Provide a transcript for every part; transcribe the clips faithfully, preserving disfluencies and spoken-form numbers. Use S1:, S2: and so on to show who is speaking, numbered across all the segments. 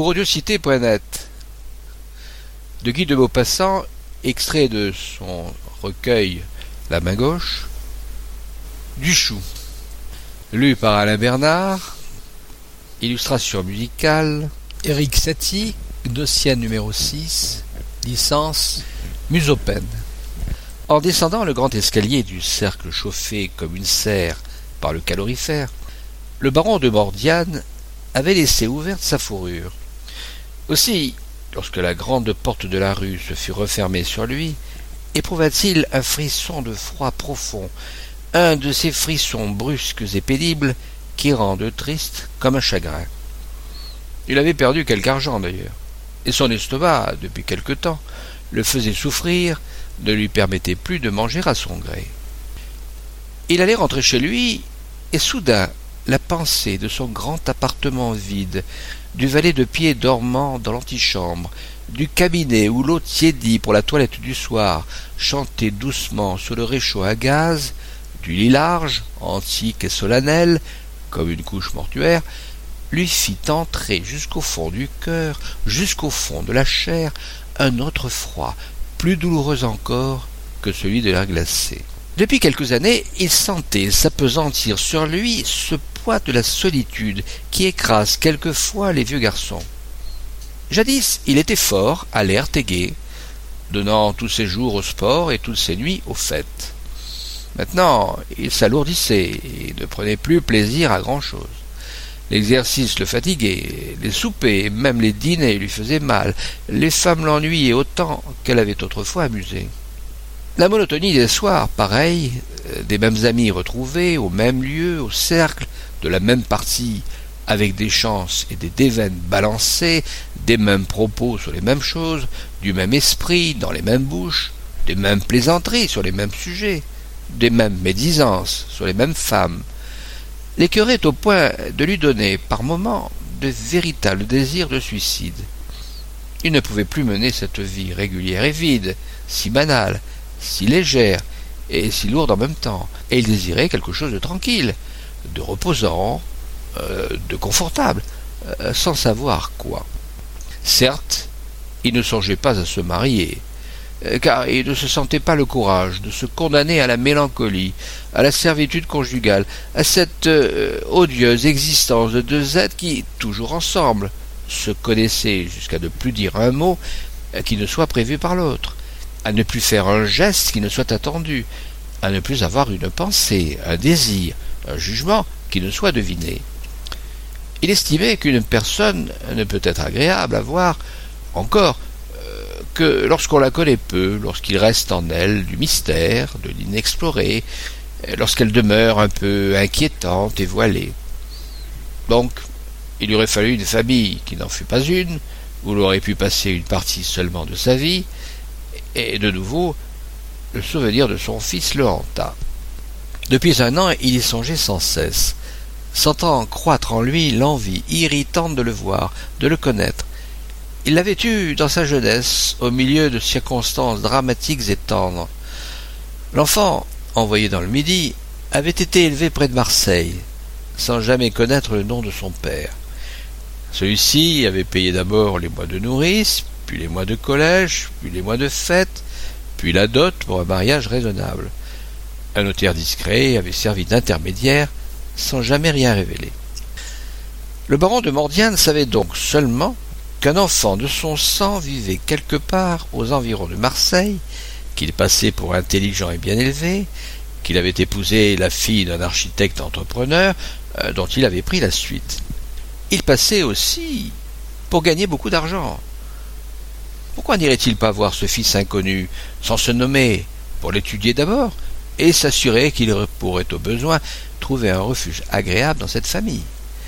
S1: audiocité point net. De Guy de Maupassant, extrait de son recueil La main gauche. Du chou. Lu par Alain Bernard. Illustration musicale. Éric Satie, Gnossienne numéro six. Licence Musopen. En descendant le grand escalier du cercle chauffé comme une serre par le calorifère, le baron de Mordiane avait laissé ouverte sa fourrure. Aussi, lorsque la grande porte de la rue se fut refermée sur lui, éprouva-t-il un frisson de froid profond, un de ces frissons brusques et pénibles qui rendent triste comme un chagrin. Il avait perdu quelque argent d'ailleurs, et son estomac, depuis quelque temps, le faisait souffrir, ne lui permettait plus de manger à son gré. Il allait rentrer chez lui, et soudain, la pensée de son grand appartement vide, du valet de pied dormant dans l'antichambre, du cabinet où l'eau tiédie pour la toilette du soir chantait doucement sur le réchaud à gaz, du lit large, antique et solennel, comme une couche mortuaire, lui fit entrer jusqu'au fond du cœur, jusqu'au fond de la chair, un autre froid, plus douloureux encore que celui de l'air glacé. Depuis quelques années, il sentait s'appesantir sur lui ce poids de la solitude qui écrase quelquefois les vieux garçons. Jadis, il était fort, alerte et gai, donnant tous ses jours au sport et toutes ses nuits aux fêtes. Maintenant, il s'alourdissait et ne prenait plus plaisir à grand-chose. L'exercice le fatiguait, les soupers, même les dîners lui faisaient mal, les femmes l'ennuyaient autant qu'elle avait autrefois amusé. La monotonie des soirs, pareil, des mêmes amis retrouvés, au même lieu, au cercle, de la même partie, avec des chances et des déveines balancées, des mêmes propos sur les mêmes choses, du même esprit dans les mêmes bouches, des mêmes plaisanteries sur les mêmes sujets, des mêmes médisances sur les mêmes femmes, l'écœurait au point de lui donner, par moments, de véritables désirs de suicide. Il ne pouvait plus mener cette vie régulière et vide, si banale, si légère et si lourde en même temps, et il désirait quelque chose de tranquille, de reposant, euh, de confortable, euh, sans savoir quoi. Certes, il ne songeait pas à se marier, euh, car il ne se sentait pas le courage de se condamner à la mélancolie, à la servitude conjugale, à cette euh, odieuse existence de deux êtres qui, toujours ensemble, se connaissaient jusqu'à ne plus dire un mot euh, qui ne soit prévu par l'autre, à ne plus faire un geste qui ne soit attendu, à ne plus avoir une pensée, un désir, un jugement qui ne soit deviné. Il estimait qu'une personne ne peut être agréable à voir encore euh, que lorsqu'on la connaît peu, lorsqu'il reste en elle du mystère, de l'inexploré, lorsqu'elle demeure un peu inquiétante et voilée. Donc, il aurait fallu une famille qui n'en fût pas une, où l'on aurait pu passer une partie seulement de sa vie, et de nouveau, le souvenir de son fils le hanta. Depuis un an, il y songeait sans cesse, sentant croître en lui l'envie irritante de le voir, de le connaître. Il l'avait eu dans sa jeunesse, au milieu de circonstances dramatiques et tendres. L'enfant, envoyé dans le Midi, avait été élevé près de Marseille, sans jamais connaître le nom de son père. Celui-ci avait payé d'abord les mois de nourrice, puis les mois de collège, puis les mois de fête, puis la dot pour un mariage raisonnable. Un notaire discret avait servi d'intermédiaire, sans jamais rien révéler. Le baron de Mordiane savait donc seulement qu'un enfant de son sang vivait quelque part aux environs de Marseille, qu'il passait pour intelligent et bien élevé, qu'il avait épousé la fille d'un architecte entrepreneur euh, dont il avait pris la suite. Il passait aussi pour gagner beaucoup d'argent. Pourquoi n'irait-il pas voir ce fils inconnu, sans se nommer, pour l'étudier d'abord, et s'assurer qu'il pourrait au besoin trouver un refuge agréable dans cette famille?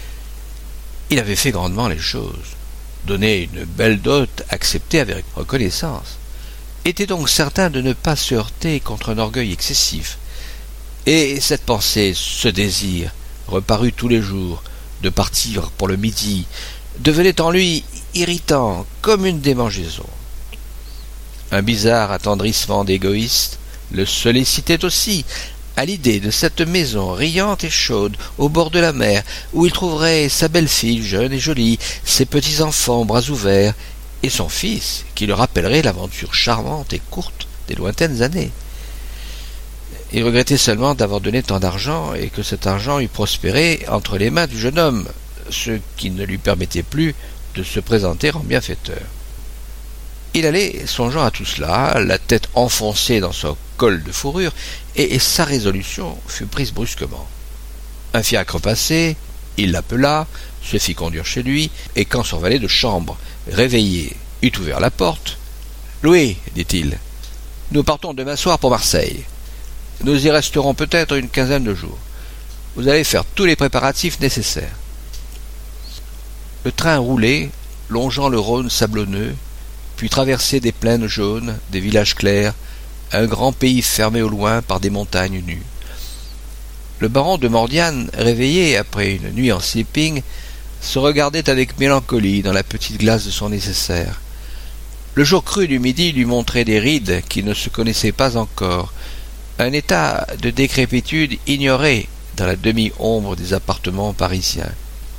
S1: Il avait fait grandement les choses, donné une belle dot acceptée avec reconnaissance, était donc certain de ne pas se heurter contre un orgueil excessif. Et cette pensée, ce désir, reparu tous les jours, de partir pour le Midi, devenait en lui irritant comme une démangeaison. Un bizarre attendrissement d'égoïste le sollicitait aussi, À l'idée de cette maison riante et chaude, au bord de la mer, où il trouverait sa belle-fille jeune et jolie, ses petits-enfants bras ouverts, et son fils, qui le rappellerait l'aventure charmante et courte des lointaines années. Il regrettait seulement d'avoir donné tant d'argent, et que cet argent eût prospéré entre les mains du jeune homme, ce qui ne lui permettait plus de se présenter en bienfaiteur. Il allait songeant à tout cela, la tête enfoncée dans son col de fourrure, et sa résolution fut prise brusquement. Un fiacre passé, il l'appela, se fit conduire chez lui, et quand son valet de chambre, réveillé, eut ouvert la porte, « Louis, dit-il, nous partons demain soir pour Marseille. Nous y resterons peut-être une quinzaine de jours. Vous allez faire tous les préparatifs nécessaires. » Le train roulait, longeant le Rhône sablonneux, puis traversait des plaines jaunes, des villages clairs, un grand pays fermé au loin par des montagnes nues. Le baron de Mordiane, réveillé après une nuit en sleeping, se regardait avec mélancolie dans la petite glace de son nécessaire. Le jour cru du midi lui montrait des rides qui ne se connaissaient pas encore, un état de décrépitude ignoré dans la demi-ombre des appartements parisiens.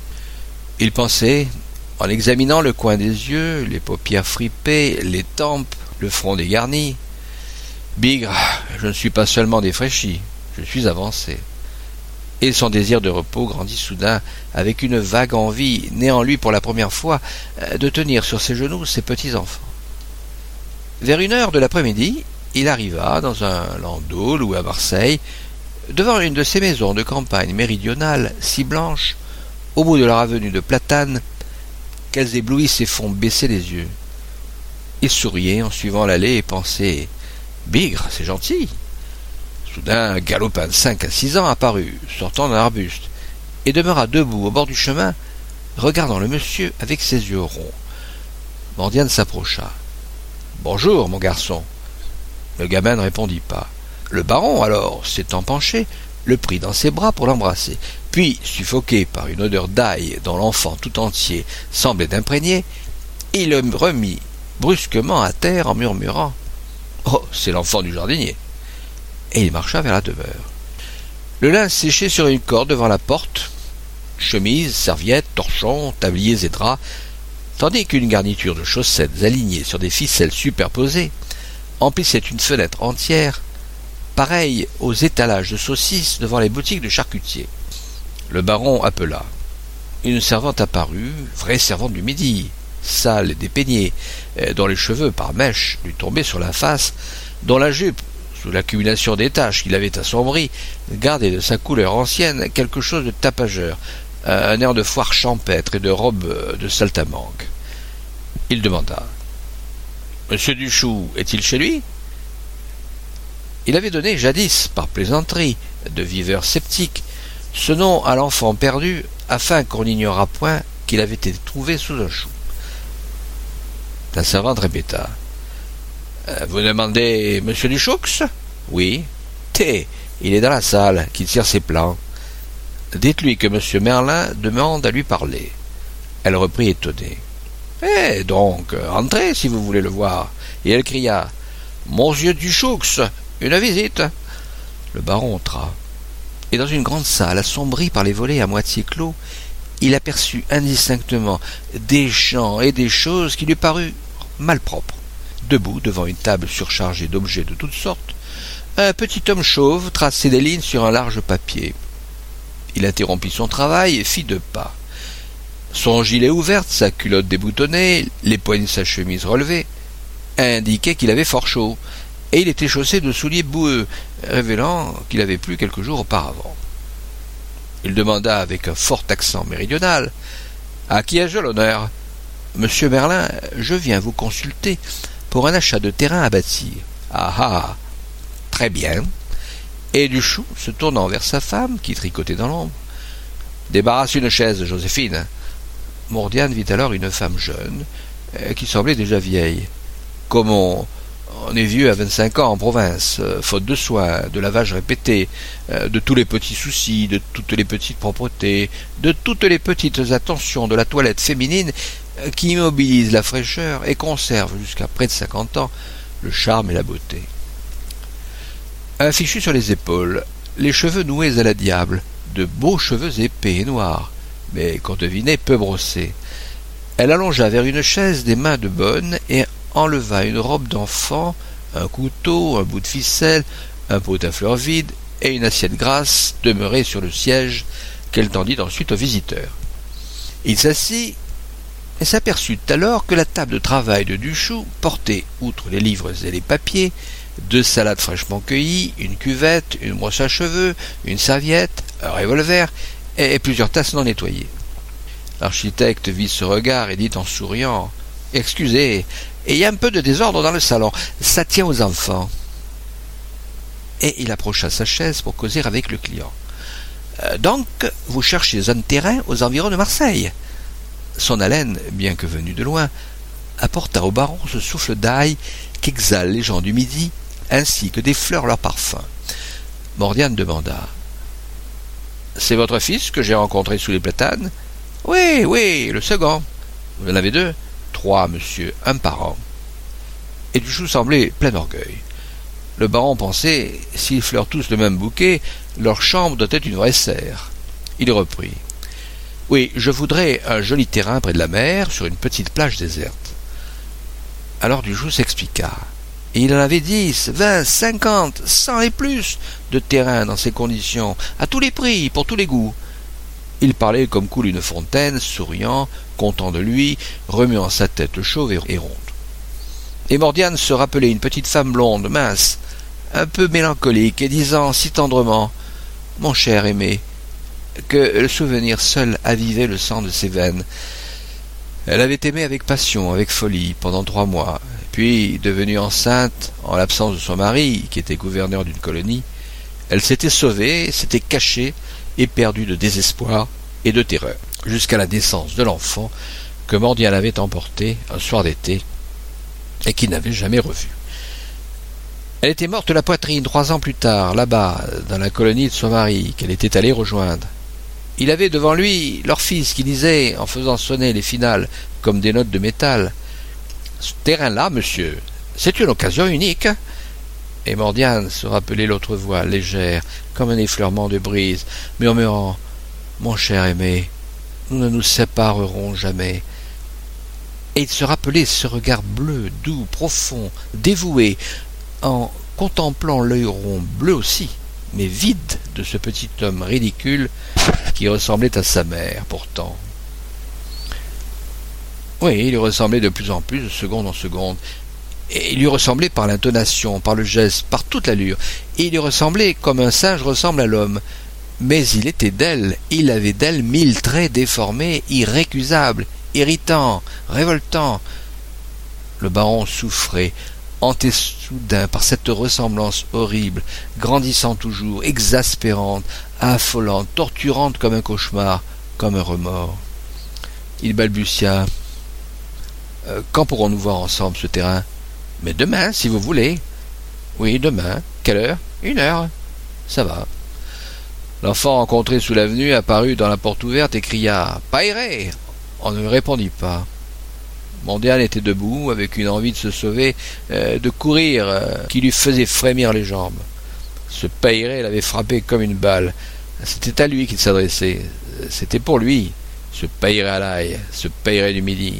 S1: Il pensait, en examinant le coin des yeux, les paupières fripées, les tempes, le front dégarni, « Bigre, je ne suis pas seulement défraîchi, je suis avancé. » Et son désir de repos grandit soudain, avec une vague envie, née en lui pour la première fois, de tenir sur ses genoux ses petits-enfants. Vers une heure de l'après-midi, il arriva, dans un landau loué à Marseille, devant une de ces maisons de campagne méridionale, si blanches, au bout de leur avenue de platanes, qu'elles éblouissent et font baisser les yeux. Il souriait en suivant l'allée et pensait « Bigre, c'est gentil !» Soudain, un galopin de cinq à six ans apparut, sortant d'un arbuste, et demeura debout au bord du chemin, regardant le monsieur avec ses yeux ronds. Mordiane s'approcha. « Bonjour, mon garçon !» Le gamin ne répondit pas. Le baron, alors, s'étant penché, le prit dans ses bras pour l'embrasser. Puis, suffoqué par une odeur d'ail dont l'enfant tout entier semblait imprégné, il le remit brusquement à terre en murmurant « Oh, c'est l'enfant du jardinier !» Et il marcha vers la demeure. Le linge séchait sur une corde devant la porte, chemise, serviettes, torchons, tabliers et draps, tandis qu'une garniture de chaussettes alignées sur des ficelles superposées emplissait une fenêtre entière, pareille aux étalages de saucisses devant les boutiques de charcutiers. Le baron appela. Une servante apparut, vraie servante du midi, sale et dépeignée, dont les cheveux par mèches lui tombaient sur la face, dont la jupe, sous l'accumulation des taches qui l'avaient assombri, gardait de sa couleur ancienne quelque chose de tapageur, un air de foire champêtre et de robe de saltamanque. Il demanda « Monsieur Duchou est-il chez lui ?» Il avait donné jadis, par plaisanterie, de viveur sceptique, ce nom à l'enfant perdu, afin qu'on n'ignorât point qu'il avait été trouvé sous un chou. La servante répéta « Vous demandez Monsieur Duchoux ?»« Oui. »« Té, il est dans la salle, qui tire ses plans. »« Dites-lui que Monsieur Merlin demande à lui parler. » Elle reprit étonnée. « Eh, donc, entrez si vous voulez le voir. » Et elle cria « Monsieur Duchoux, une visite !» Le baron entra, et dans une grande salle assombrie par les volets à moitié clos, il aperçut indistinctement des gens et des choses qui lui parurent malpropres. Debout devant une table surchargée d'objets de toutes sortes, un petit homme chauve traçait des lignes sur un large papier. Il interrompit son travail et fit deux pas. Son gilet ouvert, sa culotte déboutonnée, les poignées de sa chemise relevées, indiquaient qu'il avait fort chaud, et il était chaussé de souliers boueux, révélant qu'il avait plu quelques jours auparavant. Il demanda avec un fort accent méridional « À qui ai-je l'honneur ?»« Monsieur Merlin, je viens vous consulter pour un achat de terrain à bâtir. »« Ah ah, très bien. » Et Duchou, se tournant vers sa femme, qui tricotait dans l'ombre, « Débarrasse une chaise, Joséphine. » Mordiane vit alors une femme jeune, qui semblait déjà vieille. Comme on, on est vieux à vingt-cinq ans en province, faute de soins, de lavage répété, de tous les petits soucis, de toutes les petites propretés, de toutes les petites attentions de la toilette féminine qui immobilise la fraîcheur et conserve jusqu'à près de cinquante ans le charme et la beauté. Un fichu sur les épaules, les cheveux noués à la diable, de beaux cheveux épais et noirs, mais qu'on devinait peu brossés. Elle allongea vers une chaise des mains de bonne et enleva une robe d'enfant, un couteau, un bout de ficelle, un pot à fleurs vide et une assiette grasse demeurée sur le siège qu'elle tendit ensuite au visiteur. Il s'assit et s'aperçut alors que la table de travail de Duchou portait, outre les livres et les papiers, deux salades fraîchement cueillies, une cuvette, une brosse à cheveux, une serviette, un revolver et plusieurs tasses non nettoyées. L'architecte vit ce regard et dit en souriant « Excusez, il y a un peu de désordre dans le salon, ça tient aux enfants. » Et il approcha sa chaise pour causer avec le client. Euh, « Donc, vous cherchez un terrain aux environs de Marseille ?» Son haleine, bien que venue de loin, apporta au baron ce souffle d'ail qu'exhalent les gens du midi, ainsi que des fleurs leur parfum. Mordiane demanda « C'est votre fils que j'ai rencontré sous les platanes ?»« Oui, oui, le second. »« Vous en avez deux ?»« Trois, monsieur, un par an. » Et Duchou semblait plein d'orgueil. Le baron pensait, s'ils fleurent tous le même bouquet, leur chambre doit être une vraie serre. Il reprit. « Oui, je voudrais un joli terrain près de la mer, sur une petite plage déserte. » Alors Duchou s'expliqua. Et il en avait dix, vingt, cinquante, cent et plus de terrains dans ces conditions, à tous les prix, pour tous les goûts. Il parlait comme coule une fontaine, souriant, content de lui, remuant sa tête chauve et ronde. Et Mordiane se rappelait une petite femme blonde, mince, un peu mélancolique, et disant si tendrement « Mon cher aimé », que le souvenir seul avivait le sang de ses veines. Elle avait aimé avec passion, avec folie, pendant trois mois, puis, devenue enceinte, en l'absence de son mari, qui était gouverneur d'une colonie, elle s'était sauvée, s'était cachée, éperdue de désespoir et de terreur, jusqu'à la naissance de l'enfant que Mordiane avait emporté un soir d'été et qu'il n'avait jamais revu. Elle était morte de la poitrine trois ans plus tard, là-bas, dans la colonie de son mari, qu'elle était allée rejoindre. Il avait devant lui leur fils qui disait, en faisant sonner les finales comme des notes de métal, « Ce terrain-là, monsieur, c'est une occasion unique. » Et Mordiane se rappelait l'autre voix, légère, comme un effleurement de brise, murmurant « Mon cher aimé, nous ne nous séparerons jamais. » Et il se rappelait ce regard bleu, doux, profond, dévoué, en contemplant l'œil rond bleu aussi, mais vide de ce petit homme ridicule qui ressemblait à sa mère, pourtant. Oui, il lui ressemblait de plus en plus, de seconde en seconde. Et il lui ressemblait par l'intonation, par le geste, par toute l'allure. Et il lui ressemblait comme un singe ressemble à l'homme. Mais il était d'elle, il avait d'elle mille traits déformés, irrécusables, irritants, révoltants. Le baron souffrait, hanté soudain par cette ressemblance horrible, grandissant toujours, exaspérante, affolante, torturante comme un cauchemar, comme un remords. Il balbutia. Euh, « Quand pourrons-nous voir ensemble ce terrain ?»« Mais demain, si vous voulez. »« Oui, demain. Quelle heure ?»« Une heure. »« Ça va. » L'enfant rencontré sous l'avenue apparut dans la porte ouverte et cria « Païré !» On ne répondit pas. Mordiane était debout, avec une envie de se sauver, euh, de courir, euh, qui lui faisait frémir les jambes. Ce Païré l'avait frappé comme une balle. C'était à lui qu'il s'adressait. C'était pour lui, ce Païré à l'ail, ce Païré du midi.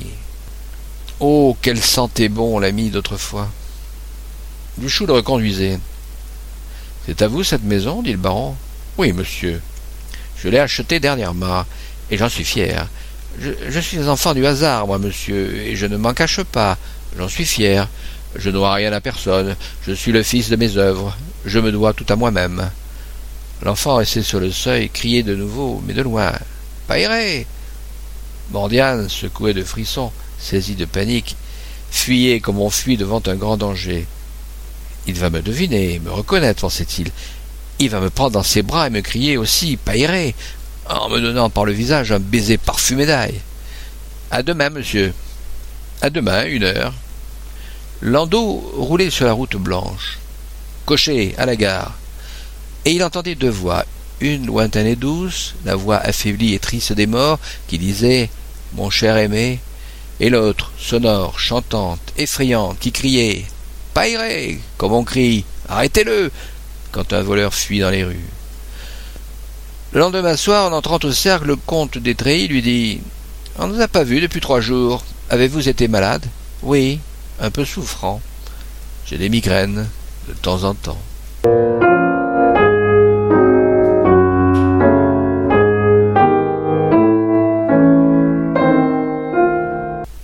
S1: Oh, qu'elle sentait bon l'ami d'autrefois. Duchou le reconduisait. « C'est à vous cette maison ?» dit le baron. « Oui, monsieur. Je l'ai achetée dernièrement, et j'en suis fier. Je, je suis un enfant du hasard, moi, monsieur, et je ne m'en cache pas. J'en suis fier. Je ne dois rien à personne. Je suis le fils de mes œuvres. Je me dois tout à moi-même. » L'enfant resté sur le seuil criait de nouveau, mais de loin. « Païré !» Mordiane, secouée de frissons, saisie de panique, fuyait comme on fuit devant un grand danger. « Il va me deviner, me reconnaître, pensait-il. Il va me prendre dans ses bras et me crier aussi « Païré !» en me donnant par le visage un baiser parfumé d'ail. « À demain, monsieur. »« À demain, une heure. » Landau roulait sur la route blanche. « Cocher, à la gare. » Et il entendait deux voix, une lointaine et douce, la voix affaiblie et triste des morts, qui disait « Mon cher aimé », et l'autre, sonore, chantante, effrayante, qui criait « Païré !» comme on crie « Arrêtez-le !» quand un voleur fuit dans les rues. Le lendemain soir, en entrant au cercle, le comte d'Étreillis lui dit « On ne nous a pas vus depuis trois jours. Avez-vous été malade ?»« Oui, un peu souffrant. J'ai des migraines, de temps en temps. »